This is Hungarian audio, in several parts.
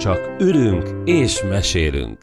Csak ülünk és mesélünk.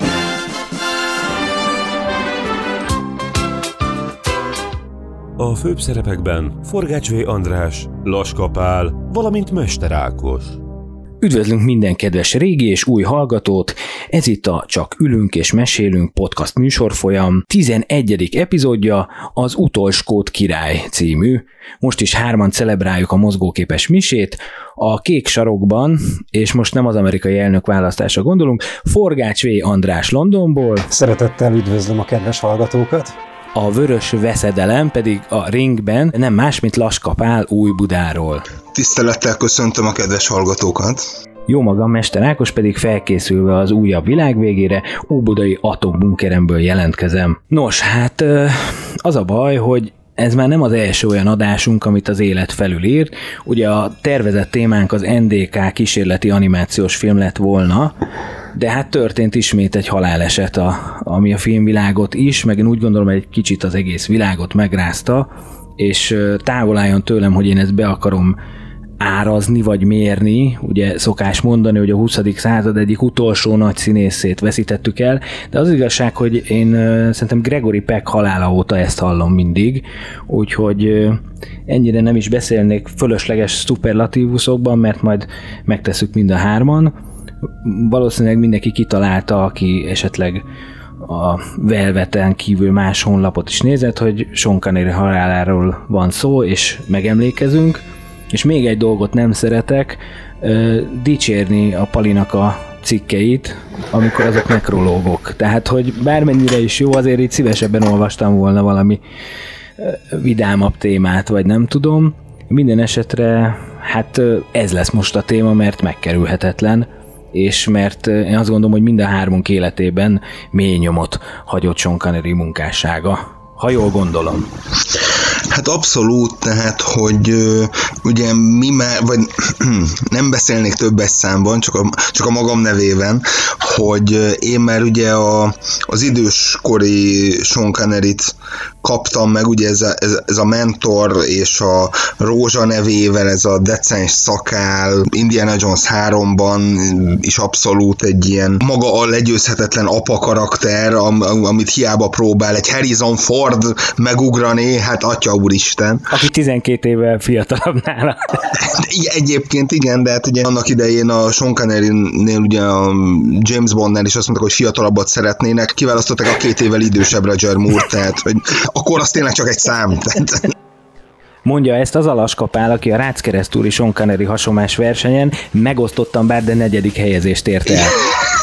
A főbb szerepekben Forgács V. András, Laska Pál, valamint Mester Ákos. Üdvözlünk minden kedves régi és új hallgatót, ez itt a Csak ülünk és mesélünk podcast műsorfolyam 11. epizódja, az Utolskót király című. Most is 3 celebráljuk a mozgóképes misét, a kék sarokban, és most nem az amerikai elnök választásra gondolunk, Forgács V. András Londonból. Szeretettel üdvözlöm a kedves hallgatókat. A vörös veszedelem pedig a ringben nem más, mint Laska Pál Újbudáról. Tisztelettel köszöntöm a kedves hallgatókat. Jó magam, Mester Ákos pedig felkészülve az újabb világ végére óbudai atombunkeremből jelentkezem. Nos, hát az a baj, hogy ez már nem az első olyan adásunk, amit az élet felülírt. Ugye a tervezett témánk az NDK kísérleti animációs film lett volna, de hát történt ismét egy haláleset, ami a filmvilágot is, meg én úgy gondolom, hogy egy kicsit az egész világot megrázta, és távol álljon tőlem, hogy én ezt be akarom árazni vagy mérni. Ugye szokás mondani, hogy a 20. század egyik utolsó nagy színészét veszítettük el, de az igazság, hogy én szerintem Gregory Peck halála óta ezt hallom mindig, úgyhogy ennyire nem is beszélnék fölösleges szuperlatívuszokban, mert majd megtesszük mind a 3. Valószínűleg mindenki kitalálta, aki esetleg a Velveten kívül más honlapot is nézett, hogy Sean Connery haláláról van szó, és megemlékezünk. És még egy dolgot nem szeretek, dicsérni a Palinak a cikkeit, amikor azok nekrológok. Tehát, hogy bármennyire is jó, azért így szívesebben olvastam volna valami vidámabb témát, vagy nem tudom. Minden esetre, hát ez lesz most a téma, mert megkerülhetetlen, és mert én azt gondolom, hogy mind a 3 életében mély nyomot hagyott Sean Connery munkássága. Ha jól gondolom. Hát abszolút, tehát, hogy ugye mi már, vagy nem beszélnék többes számban, csak a magam nevében, hogy én már ugye az időskori Sean Conneryt kaptam meg, ugye ez a Mentor és a Rózsa nevével, ez a decens szakál, Indiana Jones 3-ban is abszolút egy ilyen maga a legyőzhetetlen apa karakter, amit hiába próbál egy Harrison Ford megugrani, hát atya úristen. Aki 12 évvel fiatalabb nála. Egyébként igen, de hát ugye annak idején a Sean Connery-nél ugye a James Bondnál is azt mondták, hogy fiatalabbat szeretnének, kiválasztották a 2 évvel idősebb Roger Moore, tehát hogy akkor az tényleg csak egy szám. Mondja ezt az a Laska Pál, aki a Rácz-Keresztúri Sean Connery hasonlás versenyen megosztottan bár, de 4. helyezést érte el.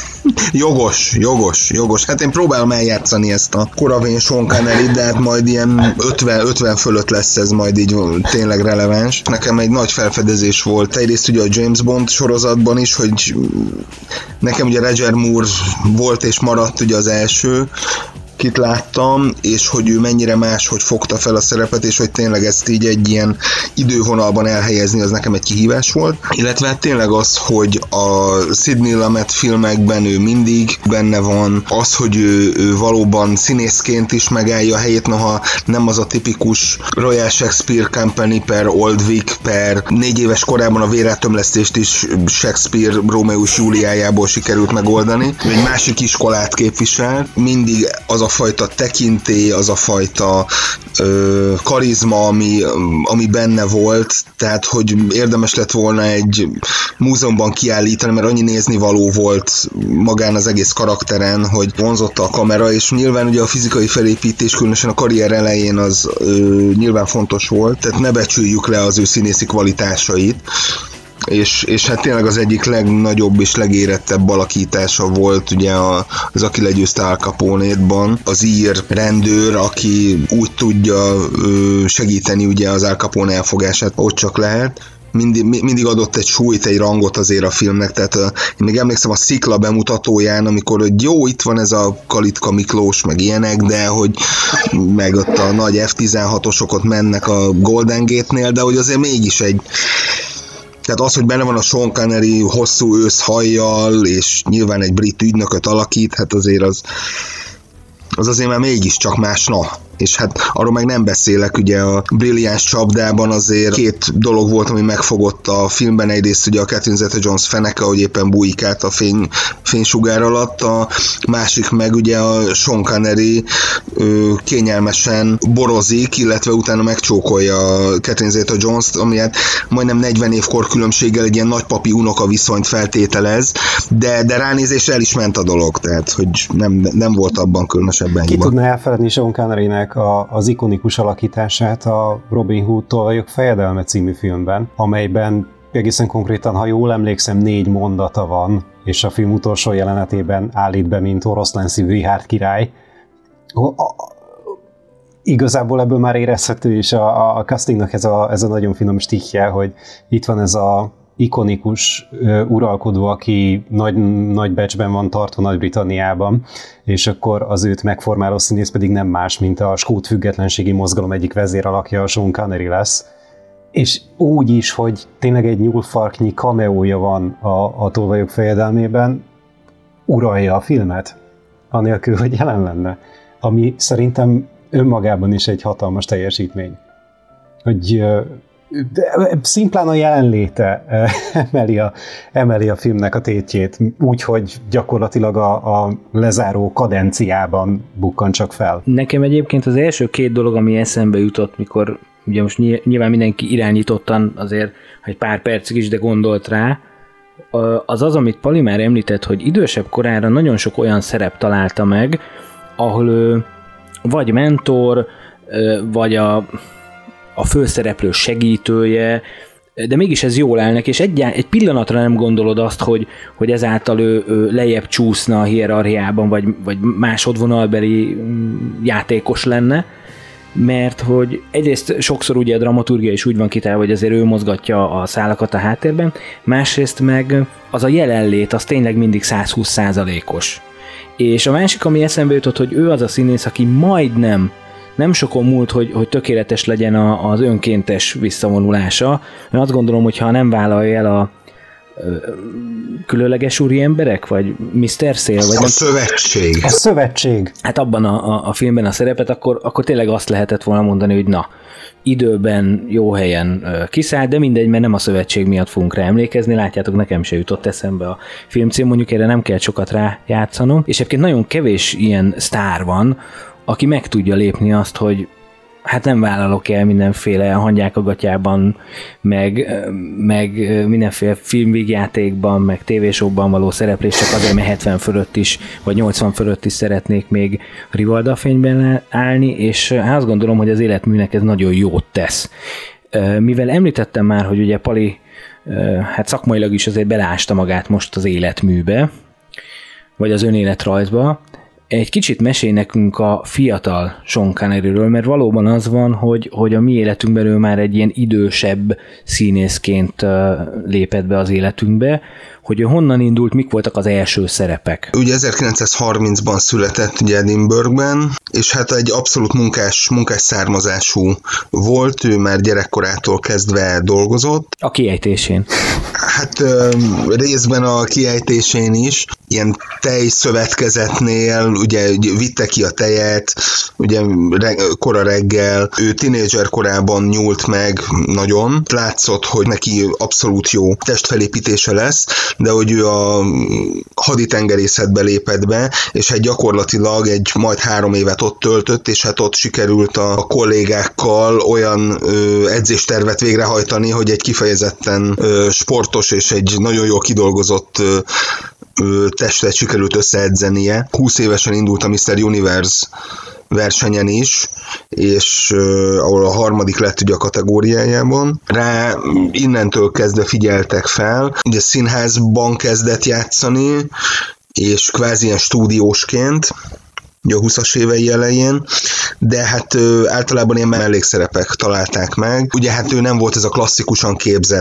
Jogos. Hát én próbálom eljátszani ezt a koravén Sean Connery, de hát majd ilyen 50 fölött lesz ez majd így tényleg releváns. Nekem egy nagy felfedezés volt. Egyrészt ugye a James Bond sorozatban is, hogy nekem ugye Roger Moore volt és maradt ugye az első, kit láttam, és hogy ő mennyire máshogy fogta fel a szerepet, és hogy tényleg ezt így egy ilyen idővonalban elhelyezni, az nekem egy kihívás volt. Illetve hát tényleg az, hogy a Sidney Lumet filmekben ő mindig benne van, az, hogy ő valóban színészként is megállja a helyét, noha nem az a tipikus Royal Shakespeare Company per Old Vic per 4 éves korában a vérátömlesztést is Shakespeare Rómeó és Júliájából sikerült megoldani. Egy másik iskolát képvisel, mindig az a fajta tekintély, az a fajta karizma, ami benne volt, tehát hogy érdemes lett volna egy múzeumban kiállítani, mert annyi néznivaló volt magán az egész karakteren, hogy vonzotta a kamera, és nyilván ugye a fizikai felépítés, különösen a karrier elején az nyilván fontos volt, tehát ne becsüljük le az ő színészi kvalitásait, és hát tényleg az egyik legnagyobb és legérettebb alakítása volt ugye az Aki legyőzte Al Capone-ban, az ír rendőr, aki úgy tudja segíteni ugye az Al Capone elfogását, ott csak lehet. Mindig adott egy súlyt, egy rangot azért a filmnek, tehát én még emlékszem a Szikla bemutatóján, amikor hogy jó, itt van ez a Kalitka Miklós, meg ilyenek, de hogy meg ott a nagy F-16-osok ott mennek a Golden Gate-nél, de hogy azért mégis egy. Tehát az, hogy benne van a Sean Connery hosszú őszhajjal, és nyilván egy brit ügynököt alakít, hát azért az azért már mégiscsak más, és hát arról meg nem beszélek, ugye a Brilliáns csapdában azért két dolog volt, ami megfogott a filmben, egyrészt ugye a Catherine Zeta-Jones feneke, hogy éppen bújik át a fénysugár alatt, a másik meg ugye a Sean Connery kényelmesen borozik, illetve utána megcsókolja a Catherine Zeta-Jones-t, ami hát majdnem 40 év korkülönbséggel egy ilyen nagypapi unoka viszonyt feltételez, de ránézésre el is ment a dolog, tehát hogy nem volt abban különösebben Ki hiba. tudna elfeledni Sean Connerynek az ikonikus alakítását a Robin Hood Tolvajok fejedelme című filmben, amelyben egészen konkrétan, ha jól emlékszem, 4 mondata van, és a film utolsó jelenetében állít be, mint oroszlán szívű Richard király. Igazából ebből már érezhető is a castingnak ez a nagyon finom stichje, hogy itt van ez a ikonikus uralkodó, aki nagy becsben van tartva Nagy-Britanniában, és akkor az őt megformáló színész pedig nem más, mint a skót függetlenségi mozgalom egyik vezéralakja, a Sean Connery lesz. És úgy is, hogy tényleg egy nyúlfarknyi cameója van a Tolvajok fejedelmében, uralja a filmet, anélkül, hogy jelen lenne. Ami szerintem önmagában is egy hatalmas teljesítmény. Hogy szimplán a jelenléte emeli a filmnek a tétjét, úgyhogy gyakorlatilag a lezáró kadenciában bukkan csak fel. Nekem egyébként az első 2 dolog, ami eszembe jutott, mikor ugye most nyilván mindenki irányítottan azért, egy pár percig is, de gondolt rá, az, amit Pali már említett, hogy idősebb korára nagyon sok olyan szerep találta meg, ahol ő vagy mentor, vagy a főszereplő segítője, de mégis ez jól áll neki, és egy pillanatra nem gondolod azt, hogy ezáltal ő lejjebb csúszna a hierarchiában, vagy másodvonalbeli játékos lenne, mert hogy egyrészt sokszor ugye a dramaturgia is úgy van kitálva, hogy azért ő mozgatja a szálakat a háttérben, másrészt meg az a jelenlét, az tényleg mindig 120%-os. És a másik, ami eszembe jutott, hogy ő az a színész, aki majdnem nem sokon múlt, hogy tökéletes legyen az önkéntes visszavonulása. Én azt gondolom, hogy ha nem vállalja el a különleges úri emberek, vagy Mr. Szél, vagy a szövetség. A szövetség. Hát abban a filmben a szerepet, akkor tényleg azt lehetett volna mondani, hogy na, időben, jó helyen kiszállt, de mindegy, mert nem a szövetség miatt fogunk rá emlékezni, látjátok, nekem se jutott eszembe a filmcím, mondjuk erre nem kell sokat rájátszanom, és egyébként nagyon kevés ilyen sztár van, aki meg tudja lépni azt, hogy hát nem vállalok el mindenféle hangyák a gatyában, meg mindenféle filmvígjátékban, meg tévésóban való szereplés, csak azért, mert 70 fölött is, vagy 80 fölött is szeretnék még Rivalda fényben állni, és azt gondolom, hogy az életműnek ez nagyon jót tesz. Mivel említettem már, hogy ugye Pali hát szakmailag is azért beleásta magát most az életműbe, vagy az önéletrajzba, egy kicsit mesélj nekünk a fiatal Sean Conneryről, mert valóban az van, hogy a mi életünkben ő már egy ilyen idősebb színészként lépett be az életünkbe, hogy ő honnan indult, mik voltak az első szerepek. Ugye 1930-ban született ugye Edinburghben, és hát egy abszolút munkás származású volt, ő már gyerekkorától kezdve dolgozott. A kiejtésén. Hát részben a kiejtésén is, ilyen tejszövetkezetnél, ugye vitte ki a tejet, ugye kora reggel, ő tínédzser korában nyúlt meg nagyon, látszott, hogy neki abszolút jó testfelépítése lesz, de hogy ő a haditengerészetbe lépett be, és hát gyakorlatilag majd 3 évet ott töltött, és hát ott sikerült a kollégákkal olyan edzéstervet végrehajtani, hogy egy kifejezetten sportos és egy nagyon jól kidolgozott testet sikerült összeedzenie. 20 évesen indult a Mr. Universe versenyen is, és ahol a 3. lett ugye a kategóriájában. Rá innentől kezdve figyeltek fel. Ugye színházban kezdett játszani, és kvázi ilyen stúdiósként, ugye a 20-as évei elején, de hát általában ilyen mellékszerepek találták meg. Ugye hát ő nem volt ez a klasszikusan képzett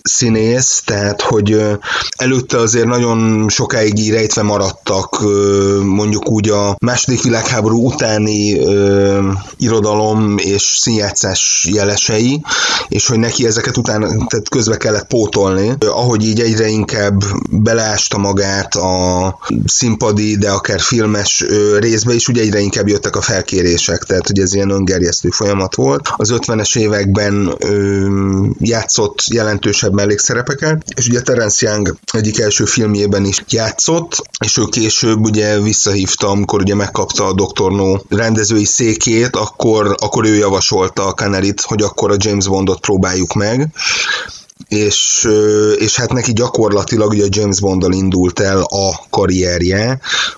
színész, tehát hogy előtte azért nagyon sokáig így rejtve maradtak mondjuk úgy a második világháború utáni irodalom és színjátszás jelesei, és hogy neki ezeket utána tehát közbe kellett pótolni. Ahogy így egyre inkább beleásta magát a színpadi, de akár filmes részbe is, ugye egyre inkább jöttek a felkérések, tehát hogy ez ilyen öngerjesztő folyamat volt. Az 50-es években játszott jelentősebb mellékszerepeket, és ugye Terence Young egyik első filmjében is játszott, és ő később ugye visszahívta, amikor ugye megkapta a Dr. No rendezői székét, akkor ő javasolta a Conneryt, hogy akkor a James Bondot próbáljuk meg, és hát neki gyakorlatilag ugye a James Bonddal indult el a karrierje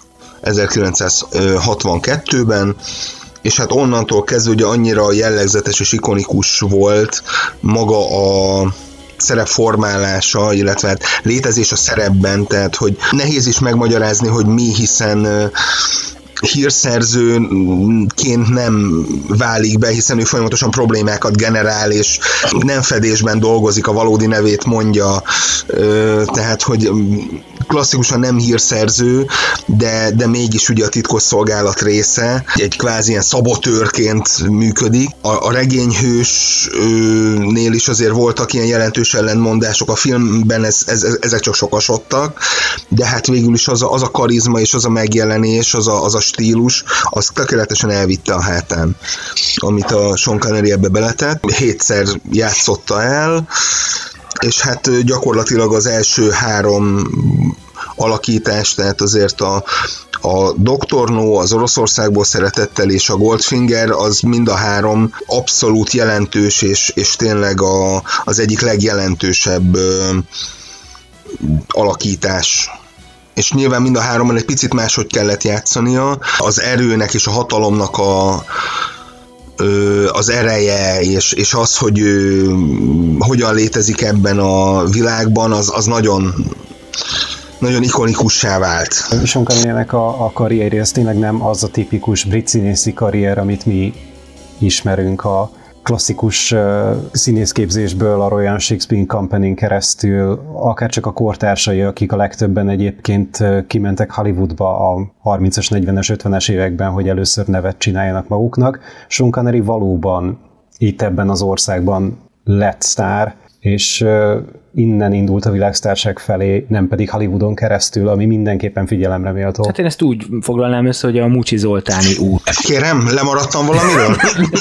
1962-ben, és hát onnantól kezdve ugye annyira jellegzetes és ikonikus volt maga a szerepformálása, illetve hát létezés a szerepben, tehát hogy nehéz is megmagyarázni, hogy mi, hiszen hírszerzőként nem válik be, hiszen ő folyamatosan problémákat generál, és nem fedésben dolgozik, a valódi nevét mondja, tehát hogy klasszikusan nem hírszerző, de mégis ugye a titkosszolgálat része, egy kvázi ilyen szabotőrként működik. A regényhősnél is azért voltak ilyen jelentős ellentmondások, a filmben ezek csak sokasodtak, de hát végül is az a karizma és az a megjelenés, az a stílus, az tökéletesen elvitte a hátán, amit a Sean Connery ebbe beletett. 7-szer játszotta el, és hát gyakorlatilag az első 3 alakítás, tehát azért a Dr. No, az Oroszországból szeretettel és a Goldfinger, az mind a 3 abszolút jelentős, és tényleg az egyik legjelentősebb alakítás. És nyilván mind a 3-on egy picit máshogy kellett játszania. Az erőnek és a hatalomnak az ereje, és az, hogy hogyan létezik ebben a világban, az nagyon, nagyon ikonikussá vált. Sean Connerynek a karrierje, ez tényleg nem az a tipikus brit színészi karrier, amit mi ismerünk a klasszikus színészképzésből, a Royal Shakespeare Company-n keresztül, akár csak a kortársai, akik a legtöbben egyébként kimentek Hollywoodba a 30-as, 40-es, 50-es években, hogy először nevet csináljanak maguknak. Sean Connery valóban itt ebben az országban lett sztár, és innen indult a világsztárság felé, nem pedig Hollywoodon keresztül, ami mindenképpen figyelemre méltó. Hát én ezt úgy foglalnám össze, hogy a Mucsi Zoltáni út. Kérem, lemaradtam valamiről?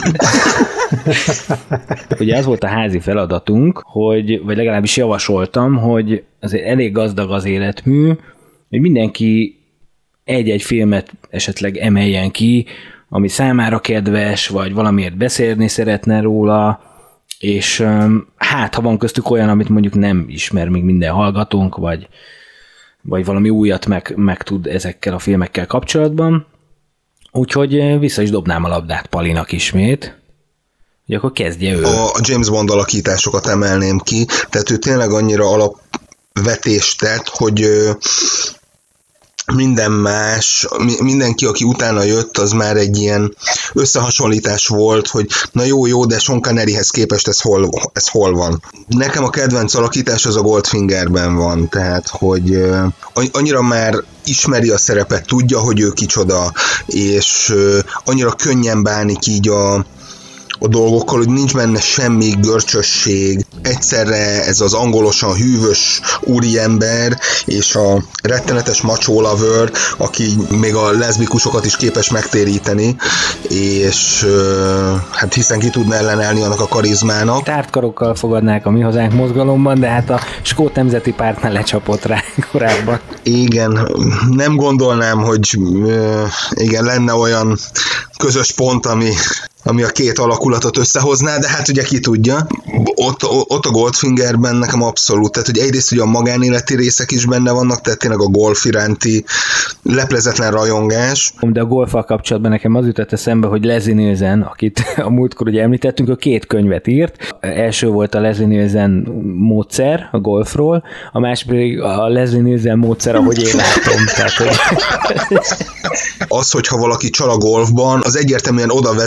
Ugye az volt a házi feladatunk, vagy legalábbis javasoltam, hogy azért elég gazdag az életmű, hogy mindenki egy-egy filmet esetleg emeljen ki, ami számára kedves, vagy valamiért beszélni szeretne róla, és hát, ha van köztük olyan, amit mondjuk nem ismer még minden hallgatónk, vagy valami újat meg tud ezekkel a filmekkel kapcsolatban. Úgyhogy vissza is dobnám a labdát Palinak ismét, hogy akkor kezdje ő. A James Bond alakításokat emelném ki, tehát ő tényleg annyira alapvetést tett, hogy minden más, mindenki, aki utána jött, az már egy ilyen összehasonlítás volt, hogy na jó, de Sean Conneryhez képest ez hol van. Nekem a kedvenc alakítás az a Goldfingerben van, tehát, hogy annyira már ismeri a szerepet, tudja, hogy ő kicsoda, és annyira könnyen bánik így a dolgokkal, hogy nincs benne semmi görcsösség. Egyszerre ez az angolosan hűvös úriember, és a rettenetes macho lover, aki még a leszbikusokat is képes megtéríteni, és hát hiszen ki tudna ellenállni annak a karizmának. Tártkarokkal fogadnák a Mi Hazánk mozgalomban, de hát a Skót Nemzeti Pártnál lecsapott rá korábban. Igen, nem gondolnám, hogy igen, lenne olyan közös pont, ami a két alakulatot összehozná, de hát ugye ki tudja. Ott a Goldfingerben nekem abszolút, tehát hogy egyrészt ugye a magánéleti részek is benne vannak, tehát tényleg a golf iránti leplezetlen rajongás. De a golffal kapcsolatban nekem az jutott eszembe, hogy Leslie Nielsen, akit a múltkor ugye említettünk, a 2 könyvet írt. Első volt a Leslie Nielsen módszer a golfról, a másik pedig a Leslie Nielsen módszer, ahogy én látom. Tehát, hogy... Az, hogyha valaki csal a golfban, az egyértelműen oda vezet, hogy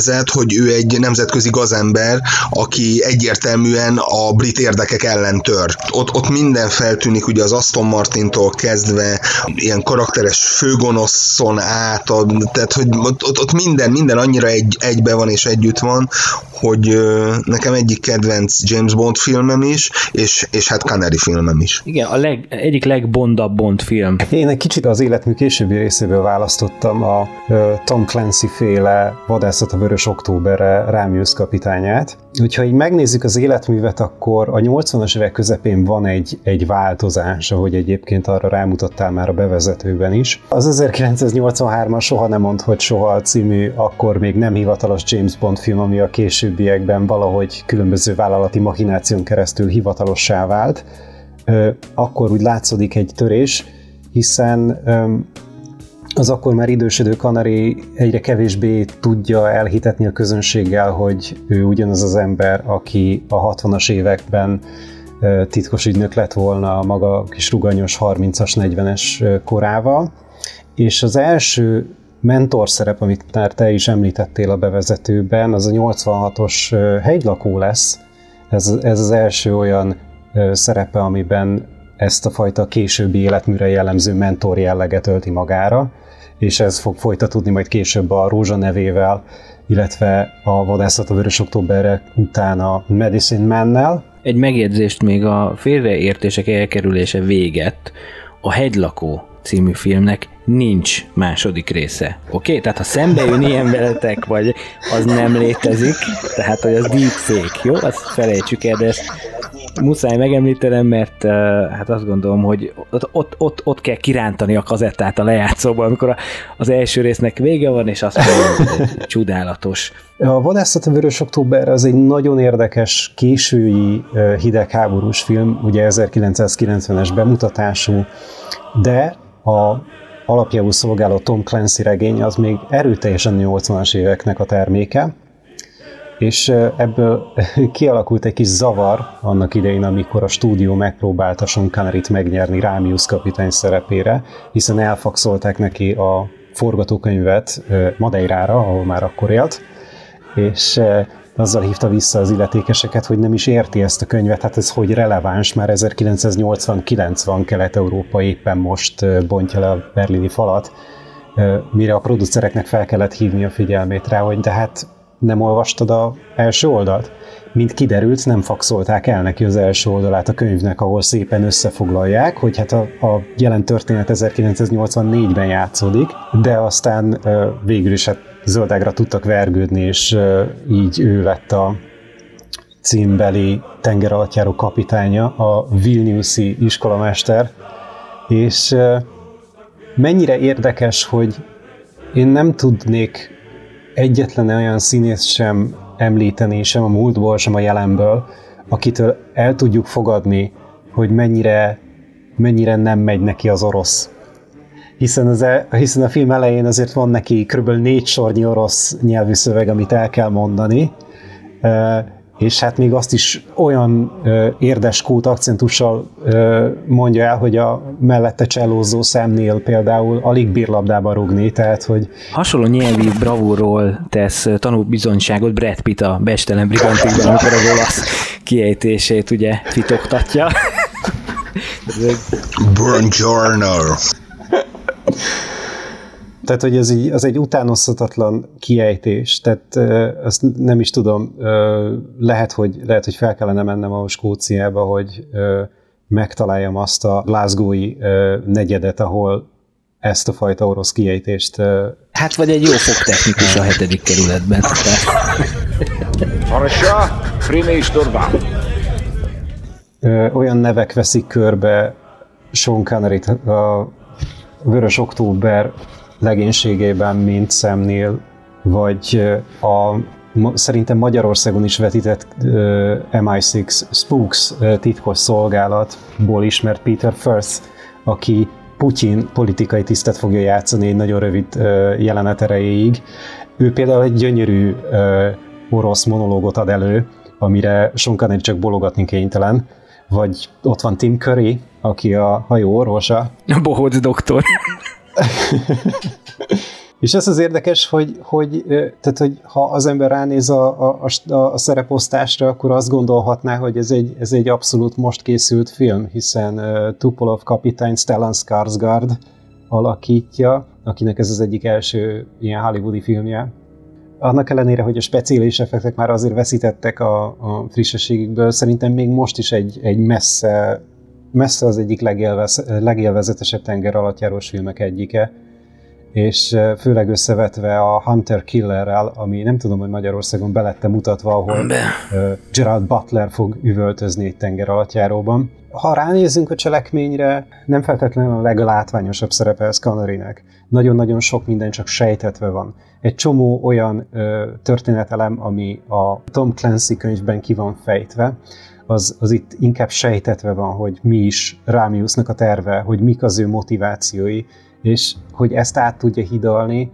hogy ő egy nemzetközi gazember, aki egyértelműen a brit érdekek ellen tör. Ott minden feltűnik, ugye az Aston Martintól kezdve, ilyen karakteres főgonoszon át, tehát hogy ott minden annyira egybe van és együtt van, hogy nekem egyik kedvenc James Bond filmem is, és hát Connery filmem is. Igen, egyik legbondabb Bond film. Én egy kicsit az életmű későbbi részéből választottam a Tom Clancy féle Vadászat a Vörös Októberre Rámius kapitányát. Hogyha így megnézzük az életművet, akkor a 80-as évek közepén van egy változás, ahogy egyébként arra rámutattál már a bevezetőben is. Az 1983-as Soha nem mondd, hogy soha című, akkor még nem hivatalos James Bond film, ami a későbbiekben valahogy különböző vállalati machináción keresztül hivatalossá vált, akkor úgy látszódik egy törés, hiszen az akkor már idősödő Connery egyre kevésbé tudja elhitetni a közönséggel, hogy ő ugyanaz az ember, aki a 60-as években titkos ügynök lett volna a maga kis ruganyos 30-as, 40-es korával. És az első mentorszerep, amit már te is említettél a bevezetőben, az a 86-os Hegylakó lesz. Ez az első olyan szerepe, amiben ezt a fajta későbbi életműre jellemző mentor jelleget ölti magára, és ez fog folytatódni majd később a Rózsa nevével, illetve a Vadászat a Vörös Októberre után a Medicine Man-nel. Egy megjegyzést még a félreértések elkerülése véget. A Hegylakó című filmnek nincs második része. Oké? Tehát ha szembe jön ilyen veletek, vagy az nem létezik, tehát hogy az deepfake, jó? Azt felejtsük el, de ezt muszáj megemlítenem, mert hát azt gondolom, hogy ott kell kirántani a kazettát a lejátszóból, amikor az első résznek vége van, és azt mondom, hogy csodálatos. A Vadászat a Vörös Október az egy nagyon érdekes késői hidegháborús film, ugye 1990-es bemutatású, de a alapjául szolgáló Tom Clancy regény az még erőteljesen 80-as éveknek a terméke, és ebből kialakult egy kis zavar annak idején, amikor a stúdió megpróbálta Sean Conneryt megnyerni Rámius kapitány szerepére, hiszen elfakszolták neki a forgatókönyvet Madeirára, ahol már akkor élt, és azzal hívta vissza az illetékeseket, hogy nem is érti ezt a könyvet, hát ez hogy releváns, már 1989 van, Kelet-Európa éppen most bontja le a berlini falat, mire a producereknek fel kellett hívni a figyelmét rá, hogy de hát nem olvastad az első oldalt? Mint kiderült, nem fakszolták el neki az első oldalát a könyvnek, ahol szépen összefoglalják, hogy hát a jelen történet 1984-ben játszódik, de aztán végül is hát zöldágra tudtak vergődni, és így ő lett a címbeli tengeralattjáró kapitánya, a Vilniuszi iskolamester, és mennyire érdekes, hogy én nem tudnék egyetlen olyan színész sem említeni, sem a múltból, sem a jelenből, akitől el tudjuk fogadni, hogy mennyire nem megy neki az orosz. Hiszen a film elején azért van neki kb. 4 sornyi orosz nyelvű szöveg, amit el kell mondani, és hát még azt is olyan érdeskút akcentussal mondja el, hogy a mellette csellózó Samnél például alig bír labdába rugni, tehát hogy... Hasonló nyelvi bravúrról tesz tanúbizonyságot Brad Pitt a Bestelen Brigantikban, amikor az olasz kiejtését ugye fitoktatja. Buongiorno! Tehát, hogy az egy utánozhatatlan kiejtés, tehát azt nem is tudom, lehet, hogy fel kellene mennem a Skóciába, hogy megtaláljam azt a glasgowi negyedet, ahol ezt a fajta orosz kiejtést... Hát vagy egy jó fogtechnikus a 7. kerületben. Olyan nevek veszik körbe Sean Conneryt a Vörös Október legénységében, mint Sam Neill, vagy szerintem Magyarországon is vetített MI6 Spooks titkos szolgálatból ismert Peter Firth, aki Putyin politikai tisztet fogja játszani egy nagyon rövid jelenet erejéig. Ő például egy gyönyörű orosz monológot ad elő, amire Sean Connery csak bologatni kénytelen. Vagy ott van Tim Curry, aki a hajó orvosa. A bohóc doktor. És ez az érdekes, hogy ha az ember ránéz a szereposztásra, akkor azt gondolhatná, hogy ez egy abszolút most készült film, hiszen Tupolev kapitány Stellan Skarsgård alakítja, akinek ez az egyik első ilyen hollywoodi filmje. Annak ellenére, hogy a speciális effektek már azért veszítettek a frissességükből, szerintem még most is egy messze az egyik legélvezetesebb tengeralattjárós filmek egyike, és főleg összevetve a Hunter Killerrel, ami nem tudom, hogy Magyarországon be lett mutatva, ahol Gerald Butler fog üvöltözni egy tengeralattjáróban. Ha ránézzünk a cselekményre, nem feltétlenül a leglátványosabb szerepe ez Connerynek. Nagyon-nagyon sok minden csak sejtetve van. Egy csomó olyan történetelem, ami a Tom Clancy könyvben ki van fejtve, az itt inkább sejtetve van, hogy mi is Ramiusnak a terve, hogy mik az ő motivációi, és hogy ezt át tudja hidalni,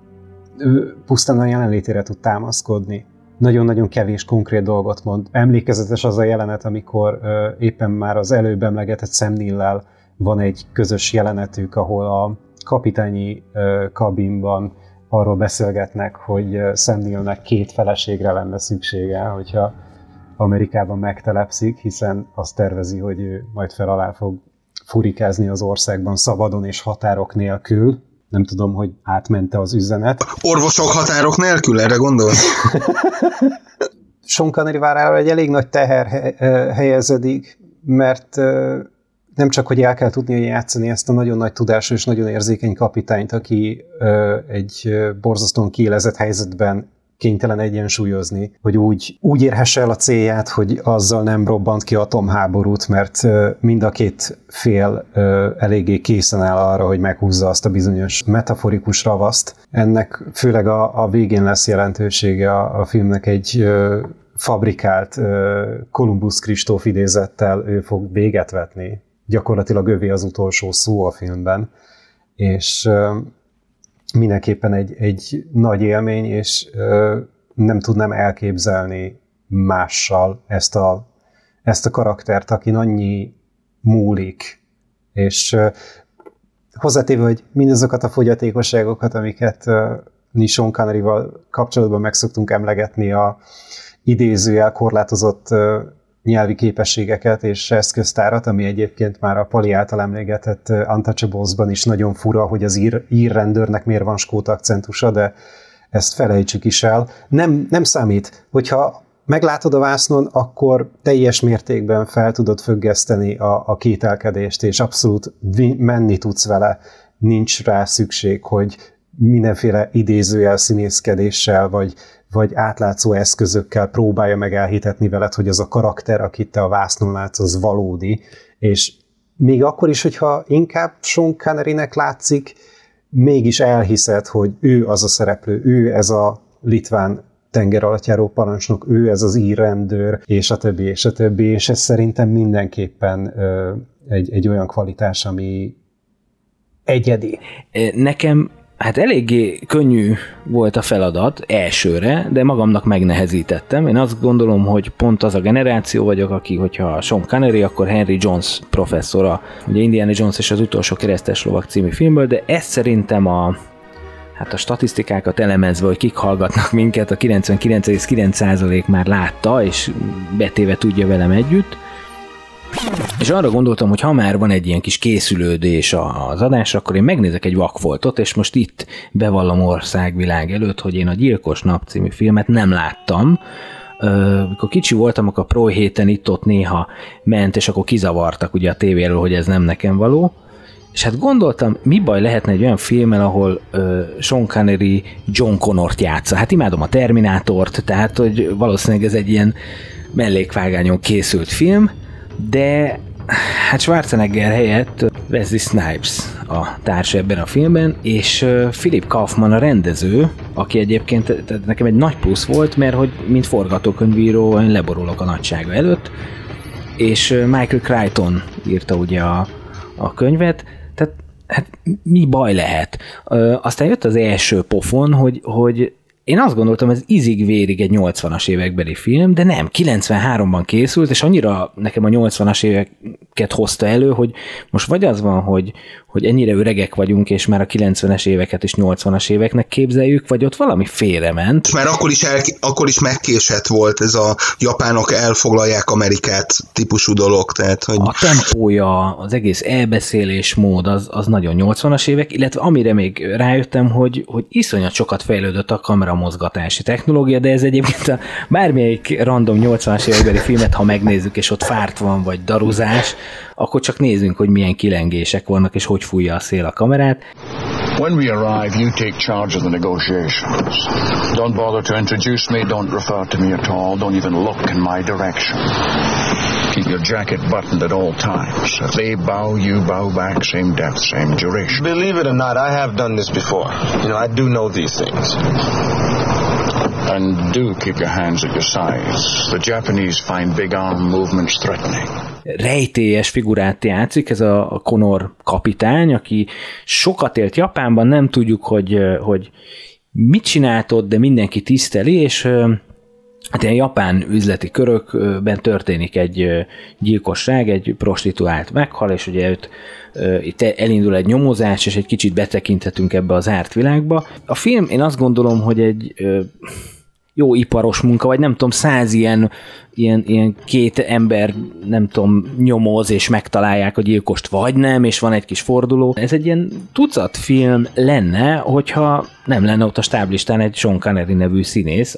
ő pusztán a jelenlétére tud támaszkodni. Nagyon-nagyon kevés konkrét dolgot mond. Emlékezetes az a jelenet, amikor éppen már az előbb emlegetett Sam Neill-lel van egy közös jelenetük, ahol a kapitányi kabinban arról beszélgetnek, hogy Sam Neill-nek 2 feleségre lenne szüksége, hogyha Amerikában megtelepszik, hiszen azt tervezi, hogy ő majd fel alá fog furikázni az országban szabadon és határok nélkül. Nem tudom, hogy átmente az üzenet. Orvosok határok nélkül, erre gondolsz? Sean Connery várára egy elég nagy teher helyeződik, mert nem csak, hogy el kell tudnia játszani ezt a nagyon nagy tudású és nagyon érzékeny kapitányt, aki egy borzasztóan kiélezett helyzetben kénytelen egyensúlyozni, hogy úgy érhesse el a célját, hogy azzal nem robbant ki atomháborút, mert mind a két fél eléggé készen áll arra, hogy meghúzza azt a bizonyos metaforikus ravaszt. Ennek főleg a végén lesz jelentősége a filmnek egy fabrikált Kolumbusz Kristóf idézettel ő fog véget vetni. Gyakorlatilag ővé az utolsó szó a filmben, és mindenképpen egy nagy élmény, és nem tudnám elképzelni mással ezt a karaktert, akin annyi múlik, és hozzátéve, hogy mindazokat a fogyatékosságokat, amiket mi Sean Conneryval kapcsolatban meg szoktunk emlegetni, a idézőjel korlátozott nyelvi képességeket és eszköztárat, ami egyébként már a Pali által emlegetett Untouchables-ban is nagyon fura, hogy az ír rendőrnek miért van skót akcentusa, de ezt felejtsük is el. Nem számít, hogyha meglátod a vásznon, akkor teljes mértékben fel tudod függeszteni a kételkedést, és abszolút menni tudsz vele. Nincs rá szükség, hogy mindenféle idézőjel, színészkedéssel, vagy átlátszó eszközökkel próbálja meg elhitetni veled, hogy az a karakter, akit te a vásznon látsz, az valódi, és még akkor is, hogyha inkább Sean Connerynek látszik, mégis elhiszed, hogy ő az a szereplő, ő ez a litván tengeralattjáró parancsnok, ő ez az ír rendőr, és a többi, és a többi, és ez szerintem mindenképpen egy olyan kvalitás, ami egyedi. Nekem hát eléggé könnyű volt a feladat elsőre, de magamnak megnehezítettem. Én azt gondolom, hogy pont az a generáció vagyok, aki, hogyha Sean Connery, akkor Henry Jones professzora, ugye Indiana Jones és az utolsó keresztes lovak című filmből, de ezt szerintem a statisztikákat elemezve, hogy kik hallgatnak minket, a 99,9% már látta, és betéve tudja velem együtt. És arra gondoltam, hogy ha már van egy ilyen kis készülődés az adásra, akkor én megnézek egy vakfoltot, és most itt bevallom országvilág előtt, hogy én a Gyilkos nap című filmet nem láttam. Mikor kicsi voltam, akkor a Pro héten itt-ott néha ment, és akkor kizavartak ugye a tévéről, hogy ez nem nekem való. És hát gondoltam, mi baj lehetne egy olyan filmmel, ahol Sean Connery John Connort játsza. Hát imádom a Terminátort, tehát hogy valószínűleg ez egy ilyen mellékvágányon készült film, de hát Schwarzenegger helyett Wesley Snipes a társa ebben a filmben, és Philip Kaufman a rendező, aki egyébként nekem egy nagy plusz volt, mert hogy mint forgatókönyvíró én leborulok a nagysága előtt, és Michael Crichton írta ugye a könyvet, tehát hát mi baj lehet? Aztán jött az első pofon, hogy én azt gondoltam, ez izig-vérig egy 80-as évekbeli film, de nem, 93-ban készült, és annyira nekem a 80-as éveket hozta elő, hogy most vagy az van, hogy hogy ennyire öregek vagyunk, és már a 90-es éveket és 80-as éveknek képzeljük, vagy ott valami félrement. Már akkor is megkésett volt ez a japánok elfoglalják Amerikát típusú dolog. Tehát, hogy... A tempója, az egész elbeszélésmód az nagyon 80-as évek, illetve amire még rájöttem, hogy iszonyat sokat fejlődött a kameramozgatási technológia, de ez egyébként bármelyik random 80-as évekbeli filmet, ha megnézzük, és ott fárt van, vagy daruzás, akkor csak nézzünk, hogy milyen kilengések vannak, és hogy fújja a szél a kamerát. When we arrive, you take charge of the negotiations. Don't bother to introduce me, don't refer to me at all, don't even look in my direction. Keep your jacket buttoned at all times. If they bow, you bow back, same depth, same duration. Believe it or not, I have done this before. You know, I do know these things. And do keep your hands at your sides. The Japanese find big arm movements threatening. Rejtélyes figurát játszik, ez a Connor kapitány, aki sokat élt Japánban, nem tudjuk, hogy mit csinált ott, de mindenki tiszteli, és hát ilyen japán üzleti körökben történik egy gyilkosság, egy prostituált meghal, és ugye őt itt elindul egy nyomozás, és egy kicsit betekinthetünk ebbe az zárt világba. A film, én azt gondolom, hogy egy jó iparos munka, vagy nem tudom, 100 ilyen két ember, nem tudom, nyomoz, és megtalálják a gyilkost, vagy nem, és van egy kis forduló. Ez egy ilyen tucat film lenne, hogyha nem lenne ott a stáblistán egy Sean Connery nevű színész,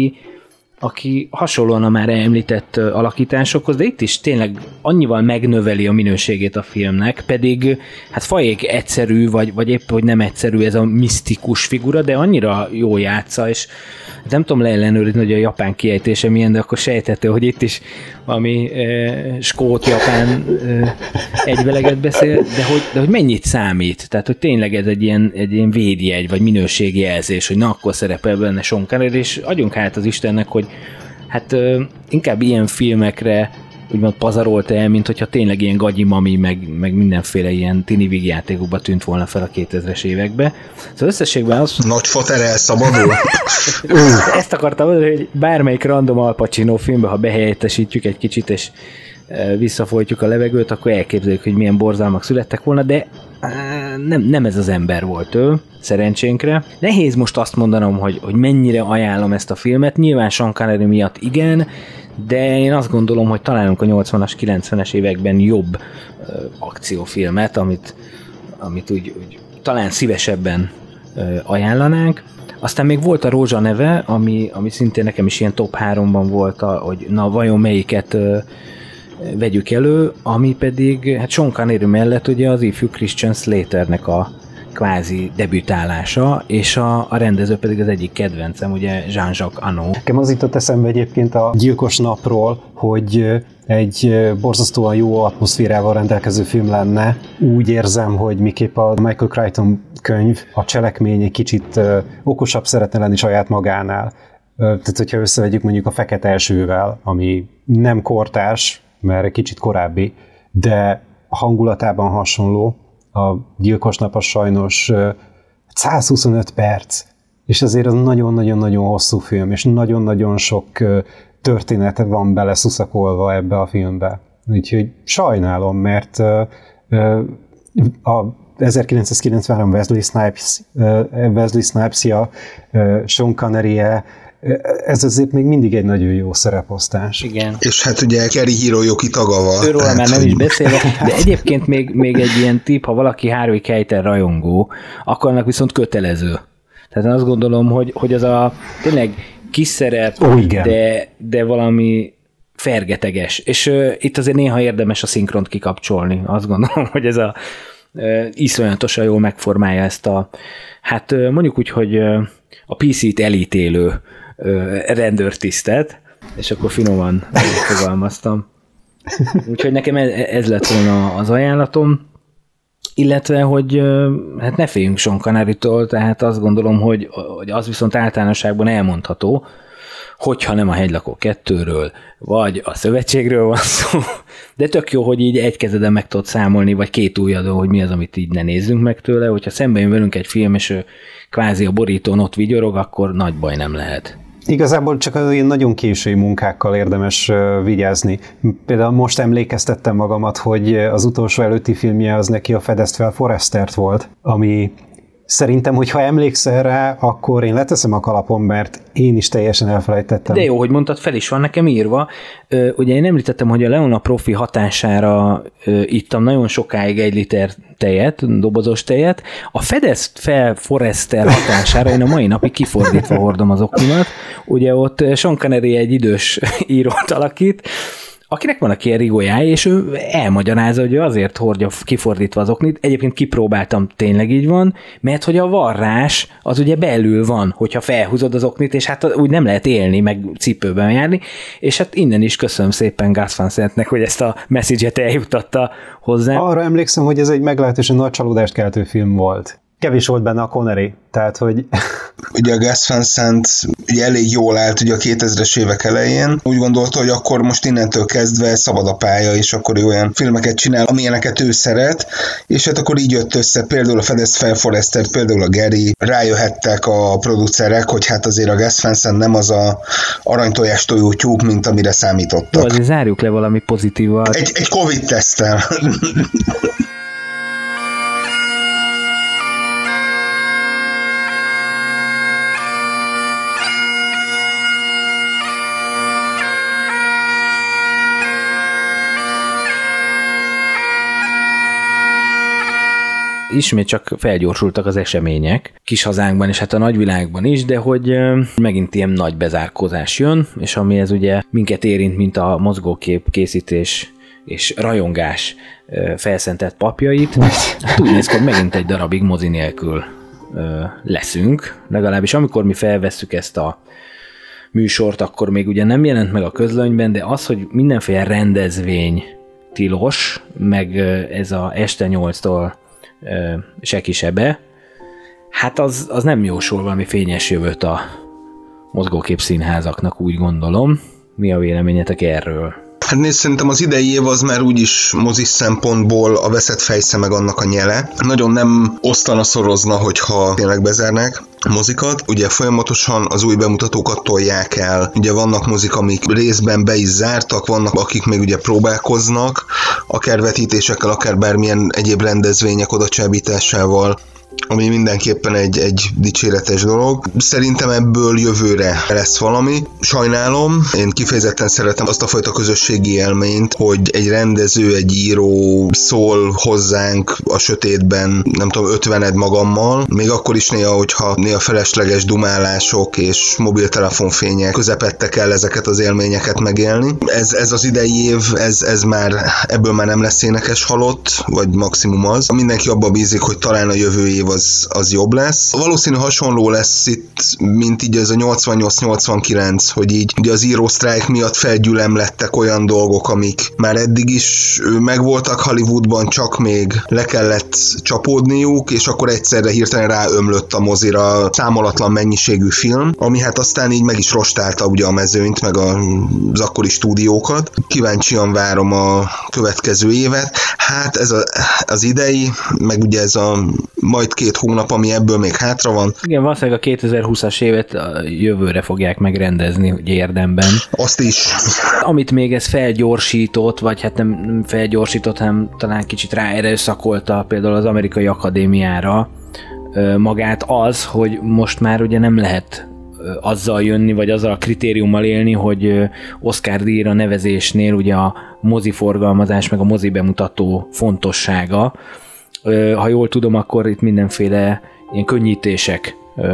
aki hasonlóan a már említett alakításokhoz, de itt is tényleg annyival megnöveli a minőségét a filmnek, pedig hát fajék egyszerű, vagy épp, hogy nem egyszerű ez a misztikus figura, de annyira jó játsza, és nem tudom leellenőrizni, hogy a japán kiejtése milyen, de akkor sejthető, hogy itt is valami skót-japán egyveleget beszél, de hogy mennyit számít, tehát hogy tényleg ez egy ilyen védjegy, vagy minőségjelzés, hogy na akkor szerepel benne Sean Connery, és adjunk hát az Istennek, hogy hát inkább ilyen filmekre úgymond pazarolta el, mint hogyha tényleg ilyen gagyi-mami, meg mindenféle ilyen tini vígjátékokba tűnt volna fel a 2000-es évekbe. Szóval összességben az... Nagy fotel elszabadul. Ezt akartam mondani, hogy bármelyik random Al Pacino filmbe, ha behelyettesítjük egy kicsit, és visszafolytjuk a levegőt, akkor elképzeljük, hogy milyen borzalmak születtek volna, de nem ez az ember volt ő, szerencsénkre. Nehéz most azt mondanom, hogy mennyire ajánlom ezt a filmet, nyilván Sean Connery miatt igen, de én azt gondolom, hogy találunk a 80-as, 90-es években jobb akciófilmet, amit úgy talán szívesebben ajánlanánk. Aztán még volt a Rózsa neve, ami szintén nekem is ilyen top 3-ban volt, hogy na vajon melyiket vegyük elő, ami pedig hát Sean Connery mellett ugye az ifjú Christian Slaternek a kvázi debütálása, és a rendező pedig az egyik kedvencem, ugye Jean-Jacques Annaud. Nekem az jutott eszembe egyébként a Gyilkos napról, hogy egy borzasztóan jó atmoszférával rendelkező film lenne. Úgy érzem, hogy miképp a Michael Crichton könyv, a cselekmény egy kicsit okosabb szeretne lenni saját magánál. Tehát, hogyha összevegyük mondjuk a Fekete Esővel, ami nem kortárs, mert egy kicsit korábbi, de hangulatában hasonló. A Gyilkos nap az sajnos 125 perc, és azért az nagyon-nagyon-nagyon hosszú film, és nagyon-nagyon sok történet van bele szuszakolva ebbe a filmbe. Úgyhogy sajnálom, mert a 1993 Wesley Snipes-ja, Sean Connery-je, ez azért még mindig egy nagyon jó szereposztás. Igen. És hát ugye Cary Hiroyuki Tagava. Őről már nem is beszélve, de egyébként még egy ilyen tipp, ha valaki Harvey Keitel rajongó, akkor annak viszont kötelező. Tehát én azt gondolom, hogy az a tényleg kis szerep, de valami fergeteges. És itt azért néha érdemes a szinkront kikapcsolni. Azt gondolom, hogy ez iszonyatosan jól megformálja ezt hát mondjuk úgy, hogy a PC-t elítélő rendőrtisztet, és akkor finoman fogalmaztam. Úgyhogy nekem ez lett volna az ajánlatom, illetve, hogy hát ne féljünk Sean Connerytől, tehát azt gondolom, hogy az viszont általánosságban elmondható, hogyha nem a Hegylakó 2-ről, vagy a Szövetségről van szó, de tök jó, hogy így egy kezeden meg tudod számolni, vagy két ujjadon, hogy mi az, amit így ne nézzünk meg tőle, hogyha szembe jön velünk egy film, és kvázi a borítón ott vigyorog, akkor nagy baj nem lehet. Igazából csak az ilyen nagyon késői munkákkal érdemes vigyázni. Például most emlékeztettem magamat, hogy az utolsó előtti filmje az neki a Fedezd fel Forrestert volt, ami szerintem, hogyha emlékszel rá, akkor én leteszem a kalapom, mert én is teljesen elfelejtettem. De jó, hogy mondtad, fel is van nekem írva. Ugye én említettem, hogy a Leona Profi hatására ittam nagyon sokáig 1 liter tejet, dobozos tejet. A Fedezd fel Forrester hatására én a mai napig kifordítva hordom az oknimat. Ugye ott Sean Connery egy idős írót alakít, akinek van a ilyen rigójája, és ő elmagyarázza, hogy ő azért hordja kifordítva az oknit. Egyébként kipróbáltam, tényleg így van, mert hogy a varrás az ugye belül van, hogyha felhúzod az oknit, és hát úgy nem lehet élni, meg cipőben járni, és hát innen is köszönöm szépen Gus Van Santnek, hogy ezt a message-et eljuttatta hozzá. Arra emlékszem, hogy ez egy meglehetősen nagy csalódást keltő film volt. Kevés volt benne a Connery, tehát hogy... Ugye a Gus Van Sant ugye elég jól állt ugye a 2000-es évek elején. Úgy gondolta, hogy akkor most innentől kezdve szabad a pálya, és akkor ő olyan filmeket csinál, amilyeneket ő szeret, és hát akkor így jött össze például a Fedezd fel Forrestert, például a Gary, rájöhettek a producerek, hogy hát azért a Gus Van Sant nem az a aranytojás tojó tyúk, mint amire számítottak. Azért zárjuk le valami pozitíval. Egy Covid-teszttel. Ismét csak felgyorsultak az események kis hazánkban, és hát a nagyvilágban is, de hogy megint ilyen nagy bezárkózás jön, és ami ez ugye minket érint, mint a mozgókép készítés és rajongás felszentett papjait, hát úgy néz ki, hogy megint egy darabig mozi nélkül leszünk, legalábbis amikor mi felvesszük ezt a műsort, akkor még ugye nem jelent meg a közlönyben, de az, hogy mindenféle rendezvény tilos, meg ez a este 8-tól se kisebe, hát az nem jósol valami fényes jövőt a mozgókép színházaknak, úgy gondolom. Mi a véleményetek erről? Hát nézd, szerintem az idei év az már úgyis mozis szempontból a veszett fejsze meg annak a nyele. Nagyon nem osztana szorozna, hogyha tényleg bezárnák mozikat. Ugye folyamatosan az új bemutatókat tolják el. Ugye vannak mozik, amik részben be is zártak, vannak, akik még ugye próbálkoznak, akár vetítésekkel, akár bármilyen egyéb rendezvények odacsábításával, ami mindenképpen egy dicséretes dolog. Szerintem ebből jövőre lesz valami. Sajnálom, én kifejezetten szeretem azt a fajta közösségi élményt, hogy egy rendező, egy író szól hozzánk a sötétben, nem tudom, 50 magammal, még akkor is hogyha néha felesleges dumálások és mobiltelefonfények közepette kell ezeket az élményeket megélni. Ez az idei év, ebből már nem lesz énekes halott, vagy maximum az. Mindenki abba bízik, hogy talán a jövő év az jobb lesz. Valószínű hasonló lesz itt, mint így ez a 88-89, hogy így ugye az írósztrájk miatt felgyülemlettek olyan dolgok, amik már eddig is megvoltak Hollywoodban, csak még le kellett csapódniuk, és akkor egyszerre hirtelen ráömlött a mozira számolatlan mennyiségű film, ami hát aztán így meg is rostálta ugye a mezőnyt, meg az akkori stúdiókat. Kíváncsian várom a következő évet. Hát ez az idei, meg ugye ez a majd 2 hónap, ami ebből még hátra van. Igen, valószínűleg a 2020-as évet a jövőre fogják megrendezni, ugye érdemben. Azt is. Amit még ez felgyorsított, vagy hát nem felgyorsított, hanem talán kicsit ráerőszakolta például az Amerikai Akadémiára magát az, hogy most már ugye nem lehet azzal jönni, vagy azzal a kritériummal élni, hogy Oscar-díjra nevezésnél ugye a moziforgalmazás, meg a mozi bemutató fontossága. Ha jól tudom, akkor itt mindenféle ilyen könnyítések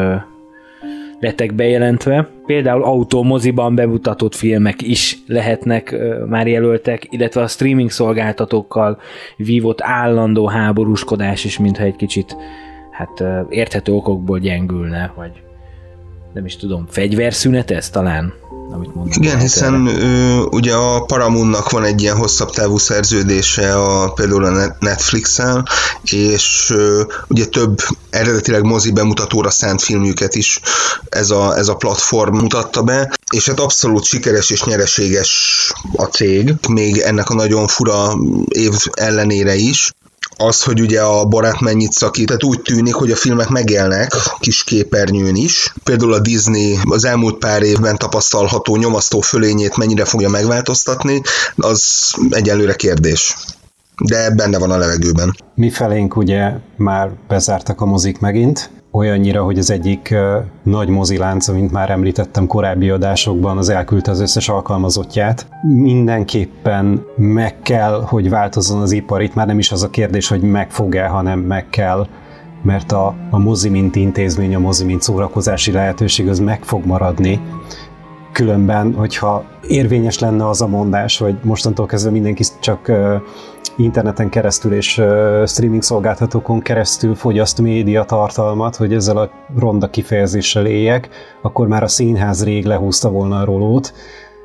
lettek bejelentve. Például autómoziban bemutatott filmek is lehetnek már jelöltek, illetve a streaming szolgáltatókkal vívott állandó háborúskodás is, mintha egy kicsit érthető okokból gyengülne, vagy nem is tudom, fegyverszünet ez talán? Amit mondom. Igen, hiszen ugye a Paramountnak van egy ilyen hosszabb távú szerződése például a Netflix-el, és ugye több eredetileg mozi bemutatóra szánt filmjüket is ez a platform mutatta be, és hát abszolút sikeres és nyereséges a cég, még ennek a nagyon fura év ellenére is. az, hogy ugye a barát mennyit szakít, tehát úgy tűnik, hogy a filmek megélnek kis képernyőn is. Például a Disney az elmúlt pár évben tapasztalható nyomasztó fölényét mennyire fogja megváltoztatni, az egyelőre kérdés. De benne van a levegőben. Mi felénk ugye már bezártak a mozik megint, olyannyira, hogy az egyik nagy mozilánc, mint már említettem korábbi adásokban, az elküldte az összes alkalmazottját. Mindenképpen meg kell, hogy változzon az ipar. Itt már nem is az a kérdés, hogy meg fog-e, hanem meg kell, mert a mozi mint intézmény, a mozi mint szórakozási lehetőség az meg fog maradni. Különben, hogyha érvényes lenne az a mondás, hogy mostantól kezdve mindenki csak interneten keresztül és streaming szolgáltatókon keresztül fogyaszt média tartalmat, hogy ezzel a ronda kifejezéssel éljek, akkor már a színház rég lehúzta volna a rolót,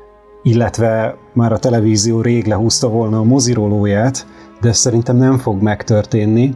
illetve már a televízió rég lehúzta volna a mozirolóját, de ez szerintem nem fog megtörténni.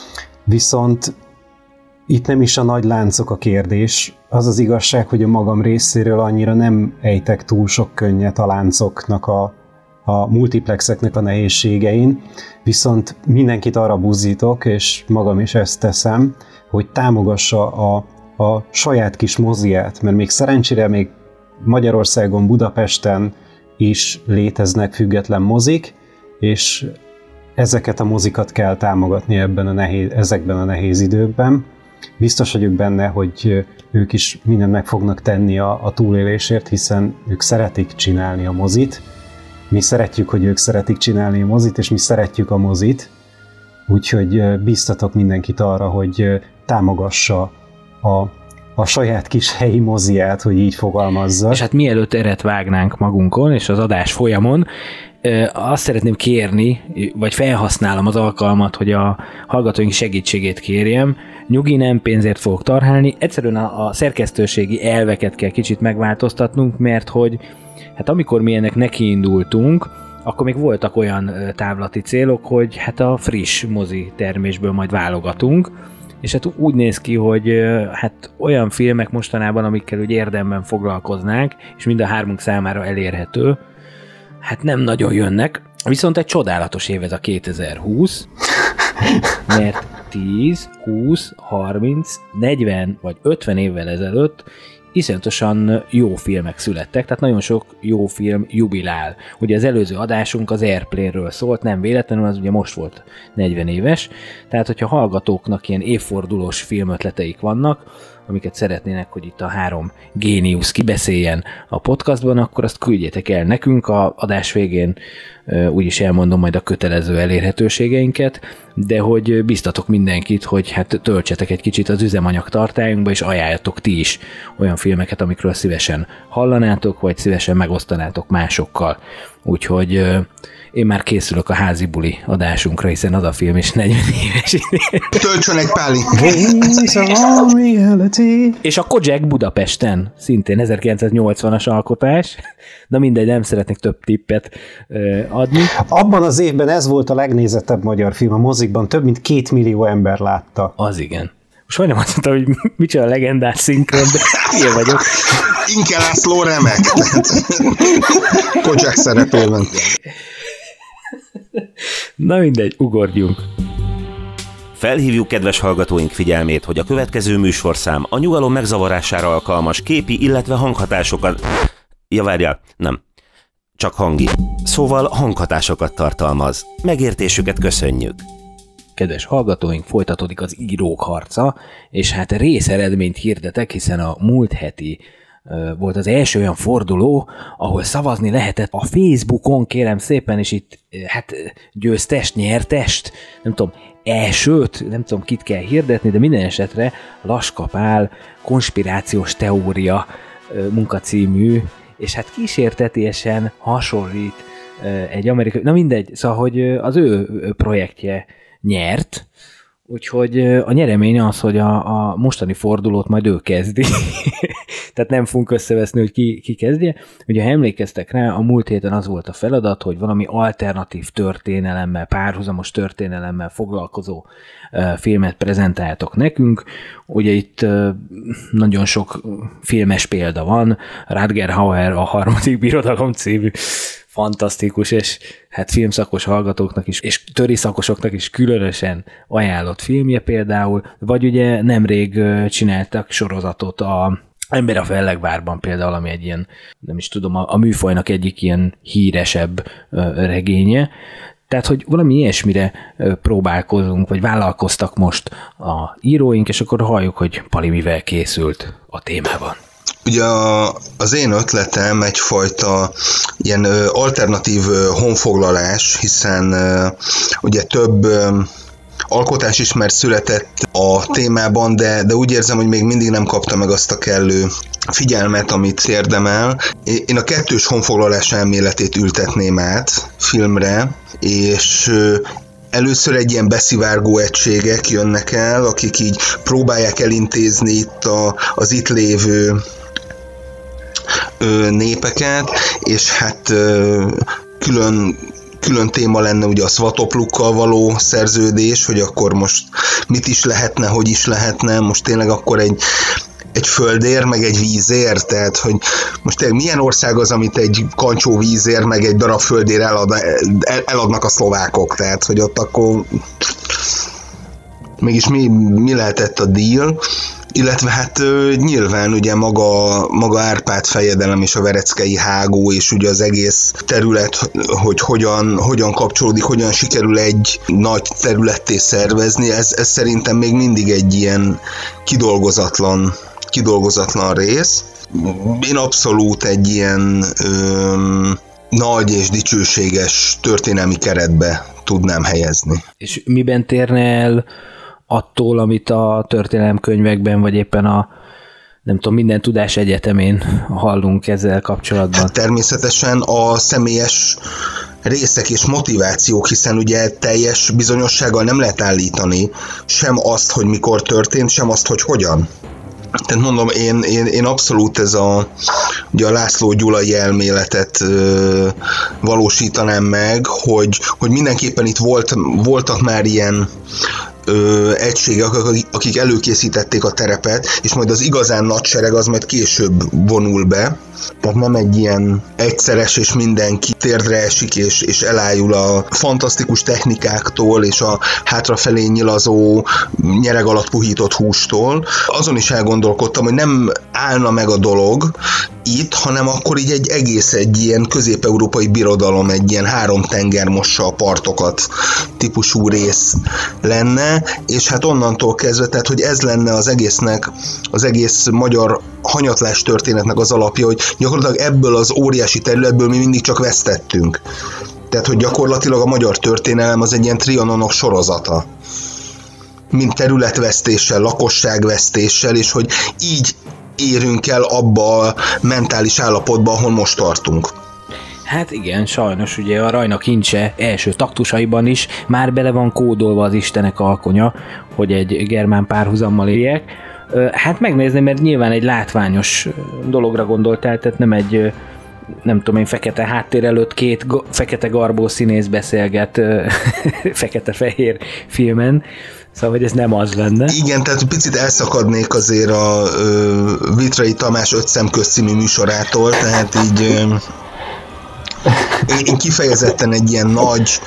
Viszont itt nem is a nagy láncok a kérdés. Az az igazság, hogy a magam részéről annyira nem ejtek túl sok könnyet a láncoknak, a multiplexeknek a nehézségein, viszont mindenkit arra buzdítok, és magam is ezt teszem, hogy támogassa a saját kis moziát, mert még szerencsére még Magyarországon, Budapesten is léteznek független mozik, és ezeket a mozikat kell támogatni ezekben a nehéz időkben. Biztos vagyok benne, hogy ők is mindent meg fognak tenni a túlélésért, hiszen ők szeretik csinálni a mozit. Mi szeretjük, hogy ők szeretik csinálni a mozit, és mi szeretjük a mozit. Úgyhogy biztatok mindenkit arra, hogy támogassa a saját kis helyi moziát, hogy így fogalmazza. És hát mielőtt eret vágnánk magunkon, és az adás folyamon, azt szeretném kérni, vagy felhasználom az alkalmat, hogy a hallgatóink segítségét kérjem. Nyugi, nem pénzért fogok tarhálni. Egyszerűen a szerkesztőségi elveket kell kicsit megváltoztatnunk, mert hogy hát amikor mi ennek nekiindultunk, akkor még voltak olyan távlati célok, hogy hát a friss mozi termésből majd válogatunk, és hát úgy néz ki, hogy hát olyan filmek mostanában, amikkel úgy érdemben foglalkoznánk, és mind a hármunk számára elérhető, hát nem nagyon jönnek. Viszont egy csodálatos év ez a 2020, mert 10, 20, 30, 40 vagy 50 évvel ezelőtt iszonyatosan jó filmek születtek, tehát nagyon sok jó film jubilál. Ugye az előző adásunk az Airplane-ről szólt, nem véletlenül, az ugye most volt 40 éves, tehát hogyha hallgatóknak ilyen évfordulós filmötleteik vannak, amiket szeretnének, hogy itt a 3 géniusz kibeszéljen a podcastban, akkor azt küldjétek el nekünk, a adás végén úgyis elmondom majd a kötelező elérhetőségeinket, de hogy biztatok mindenkit, hogy hát töltsetek egy kicsit az üzemanyagtartályunkba, és ajánljatok ti is olyan filmeket, amikről szívesen hallanátok, vagy szívesen megosztanátok másokkal. Úgyhogy én már készülök a házi buli adásunkra, hiszen az a film is 40 éves. Töltsön egy páli! És a Kojak Budapesten, szintén 1980-as alkotás, de mindegy, nem szeretnék több tippet adni. Abban az évben ez volt a legnézettebb magyar film a mozikban, több mint 2 millió ember látta. Az igen. Most majdnem azt mondtam, hogy micsoda legendás szinkron, de ilyen vagyok. Inke László remek. Kojak szerepében. Na mindegy, ugorjunk. Felhívjuk kedves hallgatóink figyelmét, hogy a következő műsorszám a nyugalom megzavarására alkalmas képi, illetve hanghatásokat... Ja, várjál, nem. Csak hangi. Szóval hanghatásokat tartalmaz. Megértésüket köszönjük. Kedves hallgatóink, folytatódik az írók harca, és hát részeredményt hirdetek, hiszen a múlt heti volt az első olyan forduló, ahol szavazni lehetett a Facebookon, kérem szépen, és itt hát győztest, nyertest, nem tudom, elsőt, nem tudom, kit kell hirdetni, de minden esetre Laska Pál konspirációs teória munkacímű, és hát kísértetiesen hasonlít egy amerikai, na mindegy, szóval, hogy az ő projektje nyert, úgyhogy a nyeremény az, hogy a mostani fordulót majd ő kezdi. Tehát nem fogunk összeveszni, hogy ki kezdje. Ugye, ha emlékeztek rá, a múlt héten az volt a feladat, hogy valami alternatív történelemmel, párhuzamos történelemmel foglalkozó filmet prezentáltok nekünk. Ugye itt nagyon sok filmes példa van. Rutger Hauer, a Harmadik Birodalom című fantasztikus, és hát filmszakos hallgatóknak is, és töri szakosoknak is különösen ajánlott filmje például, vagy ugye nemrég csináltak sorozatot a Ember a Fellegvárban például, ami egy ilyen, nem is tudom, a műfajnak egyik ilyen híresebb regénye. Tehát, hogy valami ilyesmire próbálkozunk, vagy vállalkoztak most a íróink, és akkor halljuk, hogy Pali mivel készült a témában. Ugye az én ötletem egyfajta ilyen alternatív honfoglalás, hiszen ugye több alkotás is már született a témában, de úgy érzem, hogy még mindig nem kapta meg azt a kellő figyelmet, amit érdemel. Én a kettős honfoglalás elméletét ültetném át filmre, és először egy ilyen beszivárgó egységek jönnek el, akik így próbálják elintézni itt az itt lévő népeket, és hát külön téma lenne ugye a Svatoplukkal való szerződés, hogy akkor most mit is lehetne, hogy is lehetne, most tényleg akkor egy földér, meg egy vízér, tehát hogy most tényleg milyen ország az, amit egy kancsó vízér, meg egy darab földér eladnak a szlovákok, tehát hogy ott akkor mégis mi lehetett a deal, illetve hát nyilván ugye maga Árpád fejedelem és a vereckei hágó és ugye az egész terület, hogy hogyan kapcsolódik, hogyan sikerül egy nagy területté szervezni, ez szerintem még mindig egy ilyen kidolgozatlan rész. Én abszolút egy ilyen nagy és dicsőséges történelmi keretbe tudnám helyezni. És miben térne el attól, amit a történelemkönyvekben, vagy éppen nem tudom, minden tudás egyetemén hallunk ezzel kapcsolatban? Hát természetesen a személyes részek és motivációk, hiszen ugye teljes bizonyossággal nem lehet állítani sem azt, hogy mikor történt, sem azt, hogy hogyan. Tehát mondom, én abszolút ugye a László Gyulai elméletet valósítanám meg, hogy mindenképpen itt voltak már ilyen egységek, akik előkészítették a terepet, és majd az igazán nagy sereg az majd később vonul be. Tehát nem egy ilyen egyszeres, és mindenki térdre esik, és elájul a fantasztikus technikáktól, és a hátrafelé nyilazó, nyereg alatt puhított hústól. Azon is elgondolkodtam, hogy nem állna meg a dolog itt, hanem akkor így egy ilyen közép-európai birodalom, egy ilyen 3 tenger mossa a partokat típusú rész lenne, és hát onnantól kezdve, tehát hogy ez lenne az egész magyar hanyatlás történetnek az alapja, hogy gyakorlatilag ebből az óriási területből mi mindig csak vesztettünk. Tehát, hogy gyakorlatilag a magyar történelem az egy ilyen trianonok sorozata. Mint területvesztéssel, lakosságvesztéssel, és hogy így érünk el abba a mentális állapotba, ahol most tartunk. Hát igen, sajnos ugye a Rajna kincse első taktusaiban is már bele van kódolva az Istenek alkonya, hogy egy germán párhuzammal éljek. Hát megnézni, mert nyilván egy látványos dologra gondoltál, tehát nem egy, nem tudom én, fekete háttér előtt 2 fekete garbó színész beszélget fekete-fehér filmen, szóval, hogy ez nem az lenne. Igen, tehát picit elszakadnék azért a Vitrai Tamás 5 szemköz című műsorától, tehát így én kifejezetten egy ilyen nagy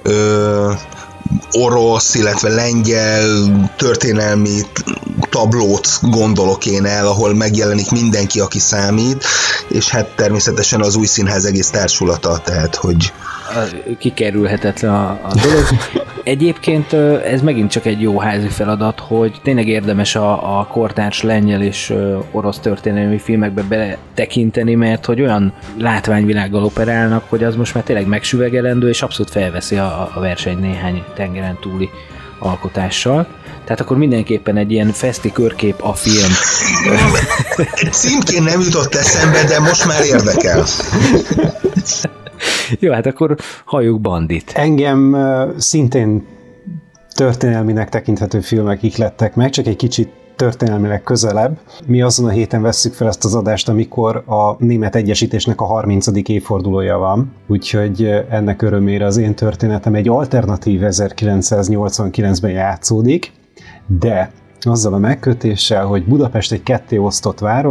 orosz, illetve lengyel történelmi tablót gondolok én el, ahol megjelenik mindenki, aki számít, és hát természetesen az új színház egész társulata, tehát hogy kikerülhetetlen a dolog. Egyébként ez megint csak egy jó házi feladat, hogy tényleg érdemes a kortárs lengyel és orosz történelmi filmekbe betekinteni, mert hogy olyan látványvilággal operálnak, hogy az most már tényleg megsüvegelendő, és abszolút felveszi a verseny néhány tengeren túli alkotással. Tehát akkor mindenképpen egy ilyen feszti körkép a film. Címként nem jutott eszembe, de most már érdekel. Jó, hát akkor halljuk Bandit. Engem szintén történelminek tekinthető filmek ihlettek meg, csak egy kicsit történelmileg közelebb. Mi azon a héten vesszük fel ezt az adást, amikor a német egyesítésnek a 30. évfordulója van, úgyhogy ennek örömére az én történetem egy alternatív 1989-ben játszódik, de azzal a megkötéssel, hogy Budapest egy ketté osztott város,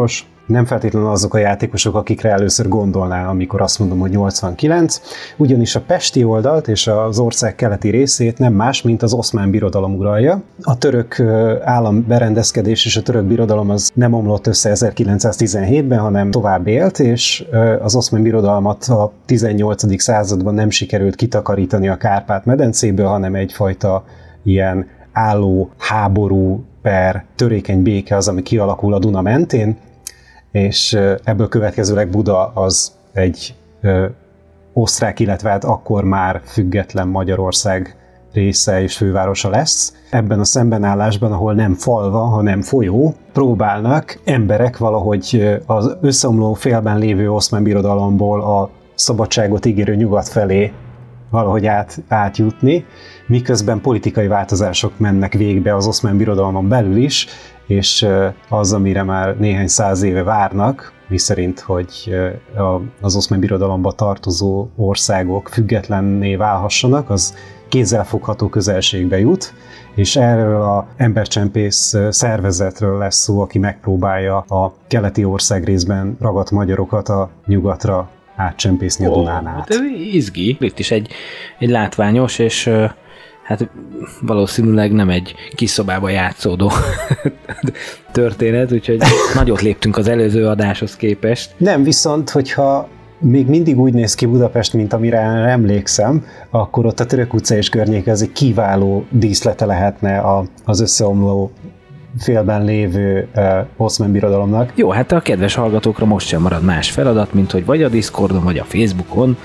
nem feltétlenül azok a játékosok, akikre először gondolnál, amikor azt mondom, hogy 89, ugyanis a pesti oldalt és az ország keleti részét nem más, mint az Oszmán Birodalom uralja. A török államberendezkedés és a török birodalom az nem omlott össze 1917-ben, hanem tovább élt, és az Oszmán Birodalmat a 18. században nem sikerült kitakarítani a Kárpát-medencéből, hanem egyfajta ilyen álló háború per törékeny béke az, ami kialakul a Duna mentén, és ebből következőleg Buda az egy osztrák, illetve hát akkor már független Magyarország része és fővárosa lesz. Ebben a szembenállásban, ahol nem falva, hanem folyó, próbálnak emberek valahogy az összeomló félben lévő Oszmán Birodalomból a szabadságot ígérő nyugat felé valahogy átjutni, miközben politikai változások mennek végbe az Oszmán Birodalmon belül is, és az, amire már néhány száz éve várnak, miszerint, hogy az Oszmán Birodalomba tartozó országok függetlenné válhassanak, az kézzelfogható közelségbe jut, és erről az embercsempész szervezetről lesz szó, aki megpróbálja a keleti országrészben ragadt magyarokat a nyugatra átcsempészni a Dunán át. Hát izgi. Itt is egy látványos, és hát valószínűleg nem egy kis szobába játszódó történet, úgyhogy nagyot léptünk az előző adáshoz képest. Nem, viszont, hogyha még mindig úgy néz ki Budapest, mint amire emlékszem, akkor ott a Török utca és környéke az egy kiváló díszlete lehetne az összeomló félben lévő Oszmán Birodalomnak. Jó, hát a kedves hallgatókra most sem marad más feladat, mint hogy vagy a Discordon, vagy a Facebookon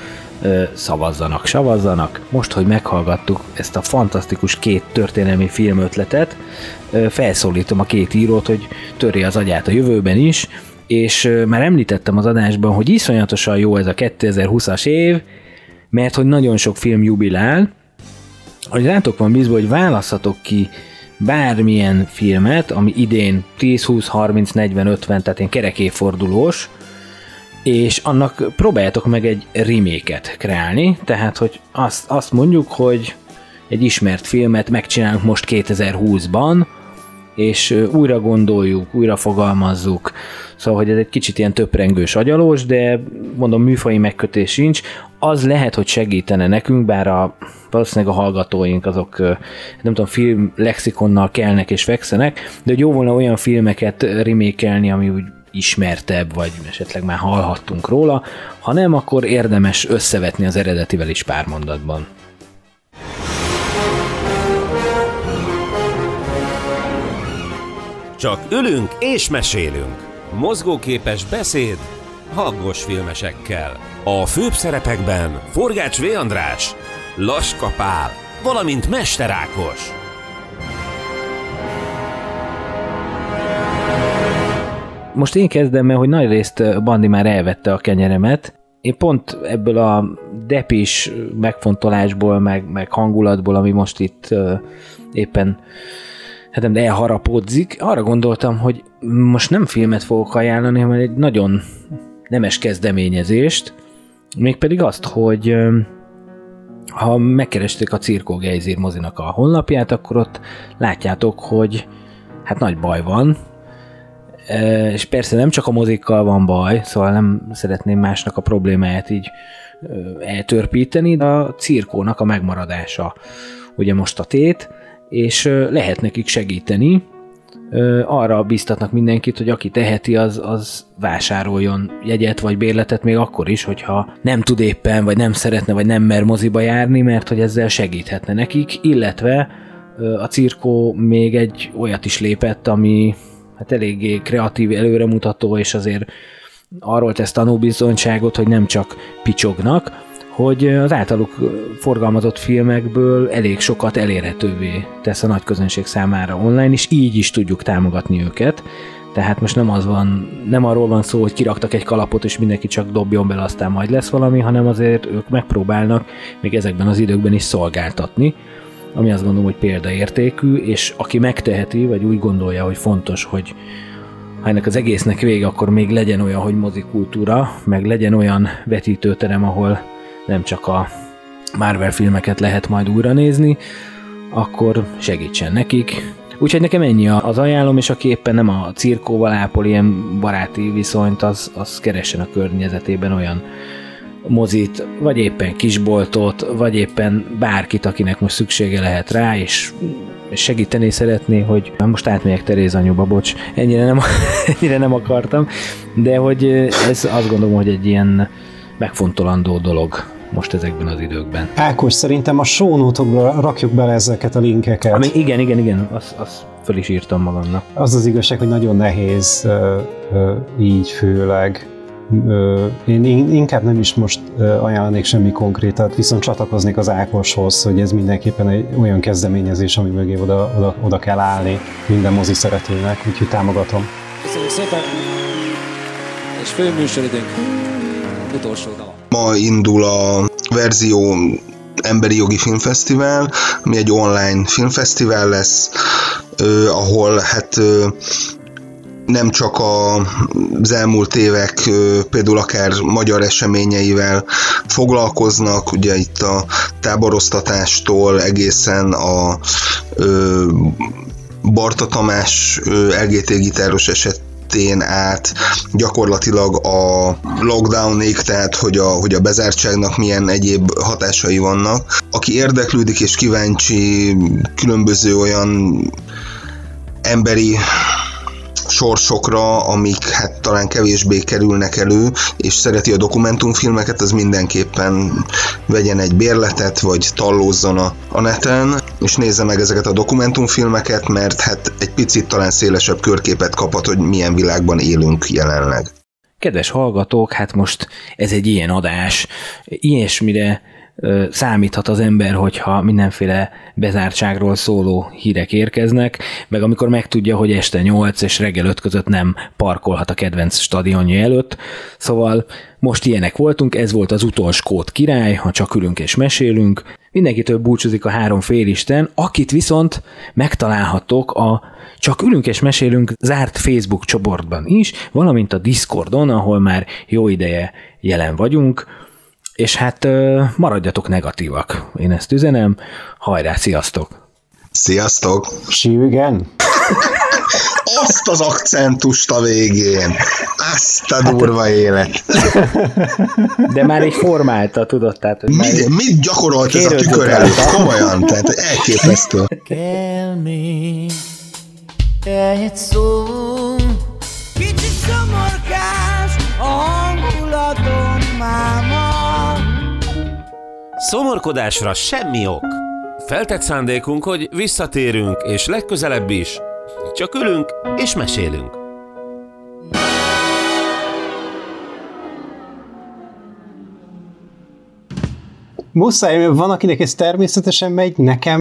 savazzanak. Most, hogy meghallgattuk ezt a fantasztikus két történelmi filmötletet, felszólítom a két írót, hogy törje az agyát a jövőben is, és már említettem az adásban, hogy iszonyatosan jó ez a 2020-as év, mert hogy nagyon sok film jubilál, hogy rátok van bízva, hogy válasszatok ki bármilyen filmet, ami idén 10, 20, 30, 40, 50, tehát ilyen kerek évfordulós, és annak próbáljátok meg egy remake-et kreálni, tehát hogy azt mondjuk, hogy egy ismert filmet megcsinálunk most 2020-ban, és újra gondoljuk, újra fogalmazzuk, szóval, hogy ez egy kicsit ilyen töprengős, agyalós, de mondom, műfaji megkötés sincs. Az lehet, hogy segítene nekünk, bár valószínűleg a hallgatóink azok, nem tudom, film lexikonnal kelnek és fekszenek, de hogy jó volna olyan filmeket remékelni, ami úgy ismertebb, vagy esetleg már hallhattunk róla, ha nem, akkor érdemes összevetni az eredetivel is pár mondatban. Csak ülünk és mesélünk. Mozgóképes beszéd haggos filmesekkel. A főbb szerepekben Forgács V. András, Laska Pál, valamint Mester Ákos. Most én kezdem, mert hogy nagyrészt Bandi már elvette a kenyeremet. Én pont ebből a depis megfontolásból, meg hangulatból, ami most itt éppen de elharapódzik, arra gondoltam, hogy most nem filmet fogok ajánlani, hanem egy nagyon nemes kezdeményezést, mégpedig azt, hogy ha megkeresték a Cirkó Gejzír mozinak a honlapját, akkor ott látjátok, hogy hát nagy baj van, és persze nem csak a mozikkal van baj, szóval nem szeretném másnak a problémáját így eltörpíteni, de a cirkónak a megmaradása ugye most a tét, és lehet nekik segíteni. Arra biztatnak mindenkit, hogy aki teheti, az vásároljon jegyet vagy bérletet még akkor is, hogyha nem tud éppen, vagy nem szeretne, vagy nem mer moziba járni, mert hogy ezzel segíthetne nekik, illetve a cirkó még egy olyat is lépett, ami hát eléggé kreatív, előremutató, és azért arról tesz tanúbizonyságot, hogy nem csak picsognak, hogy az általuk forgalmazott filmekből elég sokat elérhetővé tesz a nagy közönség számára online, és így is tudjuk támogatni őket. Tehát most nem arról van szó, hogy kiraktak egy kalapot, és mindenki csak dobjon bele, aztán majd lesz valami, hanem azért ők megpróbálnak még ezekben az időkben is szolgáltatni, ami azt gondolom, hogy példaértékű, és aki megteheti, vagy úgy gondolja, hogy fontos, hogy ha ennek az egésznek vége, akkor még legyen olyan, hogy mozikultúra, meg legyen olyan vetítőterem, ahol nem csak a Marvel filmeket lehet majd újra nézni, akkor segítsen nekik. Úgyhogy nekem ennyi az ajánlom, és aki éppen nem a cirkóval ápol ilyen baráti viszonyt, az keressen a környezetében olyan mozit, vagy éppen kisboltot, vagy éppen bárkit, akinek most szüksége lehet rá, és segíteni szeretné, hogy most átmegyek Teréz anyuba, bocs, ennyire nem akartam, de hogy ez azt gondolom, hogy egy ilyen megfontolandó dolog most ezekben az időkben. Ákos, szerintem a show note-okba rakjuk bele ezeket a linkeket. Igen, azt föl is írtam magamnak. Az az igazság, hogy nagyon nehéz így főleg. Én inkább nem is most ajánlanék semmi konkrétat, viszont csatlakoznék az Ákoshoz, hogy ez mindenképpen egy olyan kezdeményezés, ami mögé oda kell állni minden mozi szeretőnek, úgyhogy támogatom. Köszönjük szépen, és főműsoridőnk utolsó dala. Ma indul a Verzió Emberi Jogi Filmfesztivál, ami egy online filmfesztivál lesz, ahol hát nem csak az elmúlt évek például akár magyar eseményeivel foglalkoznak, ugye itt a táboroztatástól egészen a Barta Tamás LGT gitáros esetén át gyakorlatilag a lockdownig, tehát hogy a bezártságnak milyen egyéb hatásai vannak. Aki érdeklődik és kíváncsi különböző olyan emberi sorsokra, amik hát talán kevésbé kerülnek elő, és szereti a dokumentumfilmeket, az mindenképpen vegyen egy bérletet, vagy tallózzon a neten, és nézze meg ezeket a dokumentumfilmeket, mert hát egy picit talán szélesebb körképet kaphat, hogy milyen világban élünk jelenleg. Kedves hallgatók, hát most ez egy ilyen adás, ilyesmire számíthat az ember, hogyha mindenféle bezártságról szóló hírek érkeznek, meg amikor megtudja, hogy este 8 és reggel 5 között nem parkolhat a kedvenc stadionja előtt. Szóval most ilyenek voltunk, ez volt az utolskót király, ha csak ülünk és mesélünk. Mindenkitől búcsúzik a 3 félisten, akit viszont megtalálhattok a Csak ülünk és mesélünk zárt Facebook csoportban is, valamint a Discordon, ahol már jó ideje jelen vagyunk. És hát maradjatok negatívak. Én ezt üzenem. Hajrá, sziasztok! Sziasztok! See you again! Azt az akcentust a végén! Azt a durva élet! De már így formálta, tudod? Tehát, hogy mit gyakorolt ez a tükör előtt? Komolyan, tehát elképesztő. Kell még egy szó, kicsit szomorkás a hangulatom máma. Szomorkodásra semmi ok. Feltett szándékunk, hogy visszatérünk, és legközelebb is csak ülünk és mesélünk. Muszáj, van akinek ez természetesen megy, nekem